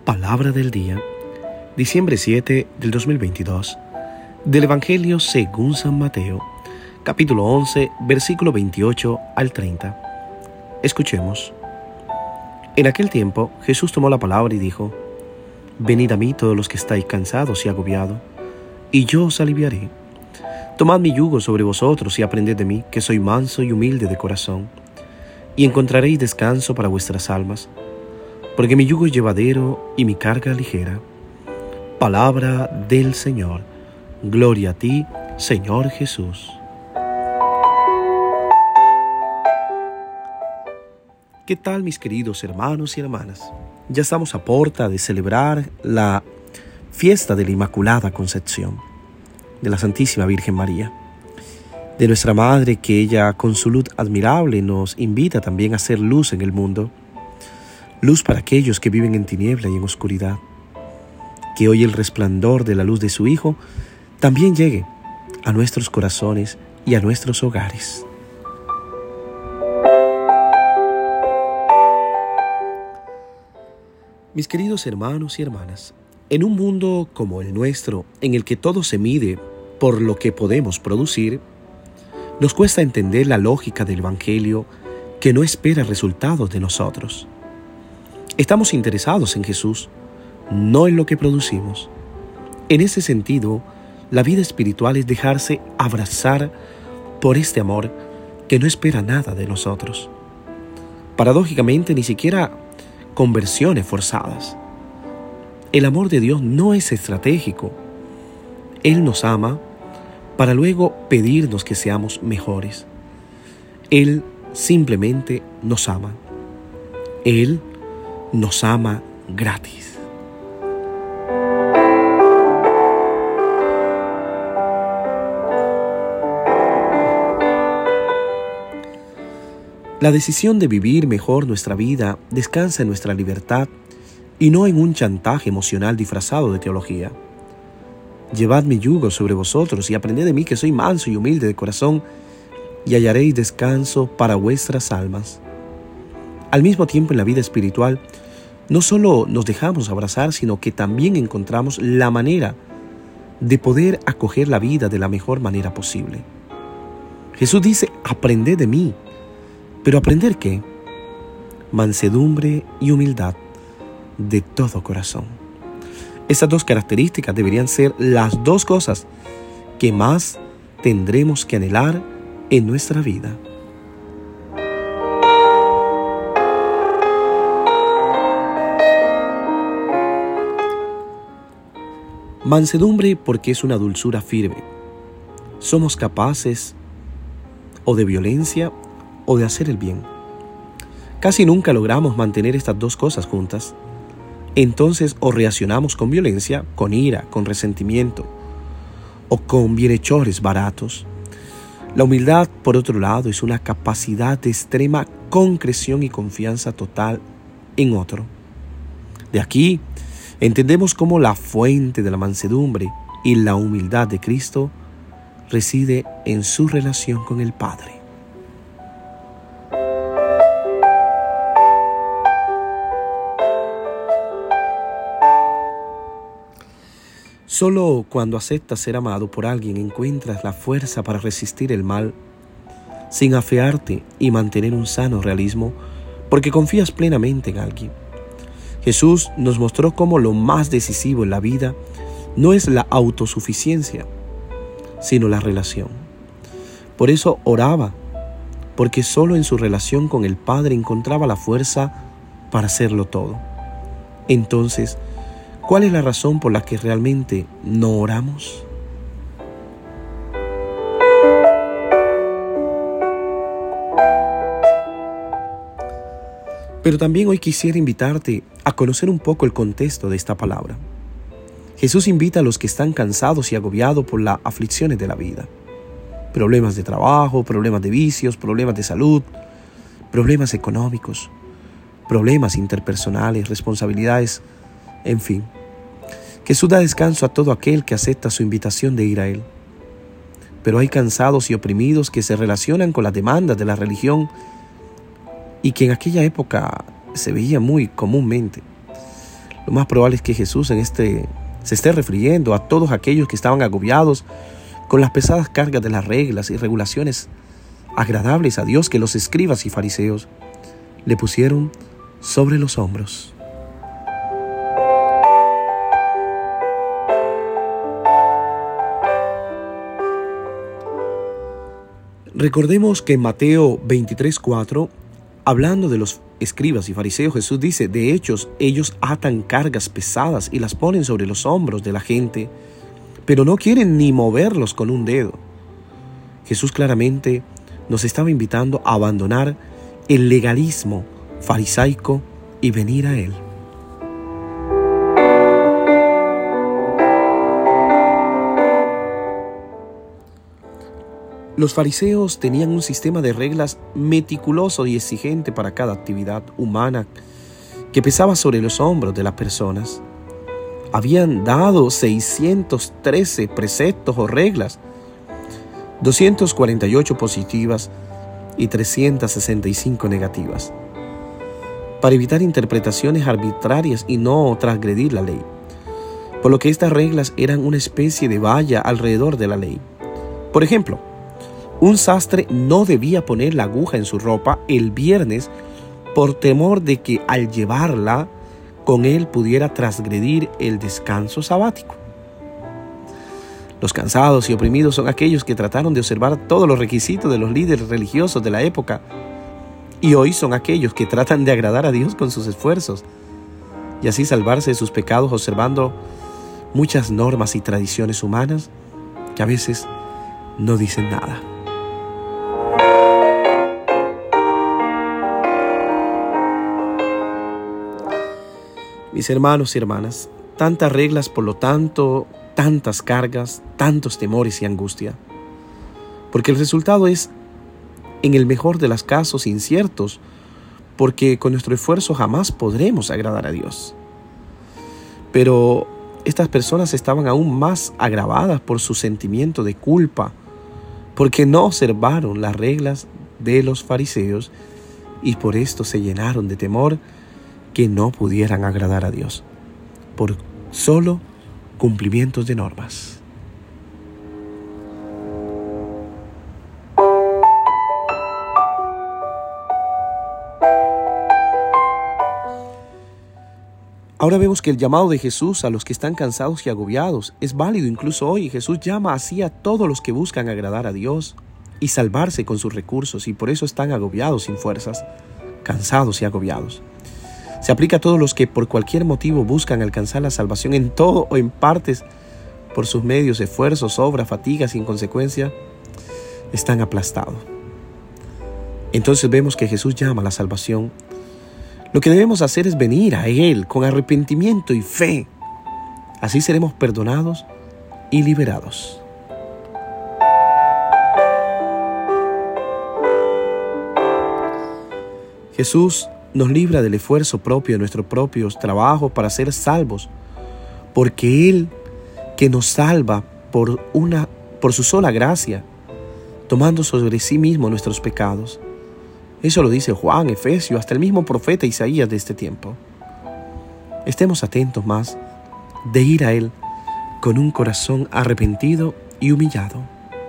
Palabra del día, diciembre 7 del 2022, del Evangelio según San Mateo, capítulo 11, versículo 28 al 30. Escuchemos. En aquel tiempo, Jesús tomó la palabra y dijo: Venid a mí todos los que estáis cansados y agobiados, y yo os aliviaré. Tomad mi yugo sobre vosotros y aprended de mí, que soy manso y humilde de corazón, y encontraréis descanso para vuestras almas, porque mi yugo es llevadero y mi carga ligera. Palabra del Señor. Gloria a ti, Señor Jesús. ¿Qué tal, mis queridos hermanos y hermanas? Ya estamos a puerta de celebrar la fiesta de la Inmaculada Concepción, de la Santísima Virgen María, de nuestra Madre, que ella con su luz admirable nos invita también a ser luz en el mundo, luz para aquellos que viven en tiniebla y en oscuridad. Que hoy el resplandor de la luz de su Hijo también llegue a nuestros corazones y a nuestros hogares. Mis queridos hermanos y hermanas, en un mundo como el nuestro, en el que todo se mide por lo que podemos producir, nos cuesta entender la lógica del Evangelio, que no espera resultados de nosotros. Estamos interesados en Jesús, no en lo que producimos. En ese sentido, la vida espiritual es dejarse abrazar por este amor que no espera nada de nosotros. Paradójicamente, ni siquiera conversiones forzadas. El amor de Dios no es estratégico. Él nos ama para luego pedirnos que seamos mejores. Él simplemente nos ama. Él nos ama gratis. La decisión de vivir mejor nuestra vida descansa en nuestra libertad y no en un chantaje emocional disfrazado de teología. Llevad mi yugo sobre vosotros y aprended de mí, que soy manso y humilde de corazón, y hallaréis descanso para vuestras almas. Al mismo tiempo, en la vida espiritual, no solo nos dejamos abrazar, sino que también encontramos la manera de poder acoger la vida de la mejor manera posible. Jesús dice: aprended de mí. ¿Pero aprender qué? Mansedumbre y humildad de todo corazón. Estas dos características deberían ser las dos cosas que más tendremos que anhelar en nuestra vida. Mansedumbre, porque es una dulzura firme. Somos capaces o de violencia o de hacer el bien. Casi nunca logramos mantener estas dos cosas juntas. Entonces, o reaccionamos con violencia, con ira, con resentimiento, o con bienhechores baratos. La humildad, por otro lado, es una capacidad de extrema concreción y confianza total en otro. De aquí entendemos cómo la fuente de la mansedumbre y la humildad de Cristo reside en su relación con el Padre. Solo cuando aceptas ser amado por alguien encuentras la fuerza para resistir el mal sin afearte y mantener un sano realismo, porque confías plenamente en alguien. Jesús nos mostró cómo lo más decisivo en la vida no es la autosuficiencia, sino la relación. Por eso oraba, porque solo en su relación con el Padre encontraba la fuerza para hacerlo todo. Entonces, ¿cuál es la razón por la que realmente no oramos? Pero también hoy quisiera invitarte a conocer un poco el contexto de esta palabra. Jesús invita a los que están cansados y agobiados por las aflicciones de la vida. Problemas de trabajo, problemas de vicios, problemas de salud, problemas económicos, problemas interpersonales, responsabilidades, en fin. Jesús da descanso a todo aquel que acepta su invitación de ir a Él. Pero hay cansados y oprimidos que se relacionan con las demandas de la religión y que en aquella época se veía muy comúnmente. Lo más probable es que Jesús se esté refiriendo a todos aquellos que estaban agobiados con las pesadas cargas de las reglas y regulaciones agradables a Dios que los escribas y fariseos le pusieron sobre los hombros. Recordemos que en Mateo 23:4, hablando de los escribas y fariseos, Jesús dice: de hecho, ellos atan cargas pesadas y las ponen sobre los hombros de la gente, pero no quieren ni moverlos con un dedo. Jesús claramente nos estaba invitando a abandonar el legalismo farisaico y venir a Él. Los fariseos tenían un sistema de reglas meticuloso y exigente para cada actividad humana que pesaba sobre los hombros de las personas. Habían dado 613 preceptos o reglas, 248 positivas y 365 negativas, para evitar interpretaciones arbitrarias y no transgredir la ley, por lo que estas reglas eran una especie de valla alrededor de la ley. Por ejemplo, un sastre no debía poner la aguja en su ropa el viernes por temor de que al llevarla con él pudiera transgredir el descanso sabático. Los cansados y oprimidos son aquellos que trataron de observar todos los requisitos de los líderes religiosos de la época, y hoy son aquellos que tratan de agradar a Dios con sus esfuerzos y así salvarse de sus pecados observando muchas normas y tradiciones humanas que a veces no dicen nada. Mis hermanos y hermanas, tantas reglas, por lo tanto, tantas cargas, tantos temores y angustia, porque el resultado es, en el mejor de los casos, inciertos, porque con nuestro esfuerzo jamás podremos agradar a Dios. Pero estas personas estaban aún más agravadas por su sentimiento de culpa, porque no observaron las reglas de los fariseos y por esto se llenaron de temor que no pudieran agradar a Dios por solo cumplimientos de normas. Ahora vemos que el llamado de Jesús a los que están cansados y agobiados es válido incluso hoy. Jesús llama así a todos los que buscan agradar a Dios y salvarse con sus recursos, y por eso están agobiados sin fuerzas, cansados y agobiados. Se aplica a todos los que por cualquier motivo buscan alcanzar la salvación en todo o en partes por sus medios, esfuerzos, obras, fatigas y en consecuencia están aplastados. Entonces vemos que Jesús llama a la salvación. Lo que debemos hacer es venir a Él con arrepentimiento y fe. Así seremos perdonados y liberados. Jesús nos libra del esfuerzo propio de nuestros propios trabajos para ser salvos, porque Él que nos salva por su sola gracia, tomando sobre sí mismo nuestros pecados. Eso lo dice Juan, Efesios, hasta el mismo profeta Isaías de este tiempo. Estemos atentos más de ir a Él con un corazón arrepentido y humillado.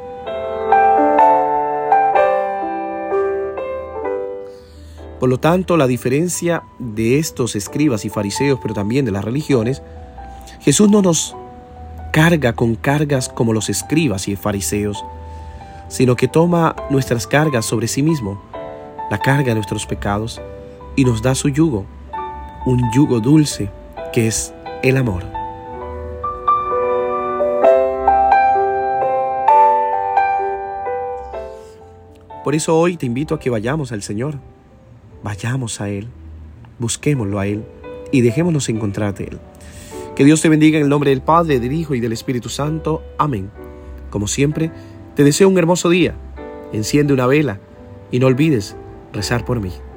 Por lo tanto, la diferencia de estos escribas y fariseos, pero también de las religiones, Jesús no nos carga con cargas como los escribas y fariseos, sino que toma nuestras cargas sobre sí mismo, la carga de nuestros pecados, y nos da su yugo, un yugo dulce que es el amor. Por eso hoy te invito a que vayamos al Señor. Vayamos a Él, busquémoslo a Él y dejémonos encontrar de Él. Que Dios te bendiga en el nombre del Padre, del Hijo y del Espíritu Santo. Amén. Como siempre, te deseo un hermoso día. Enciende una vela y no olvides rezar por mí.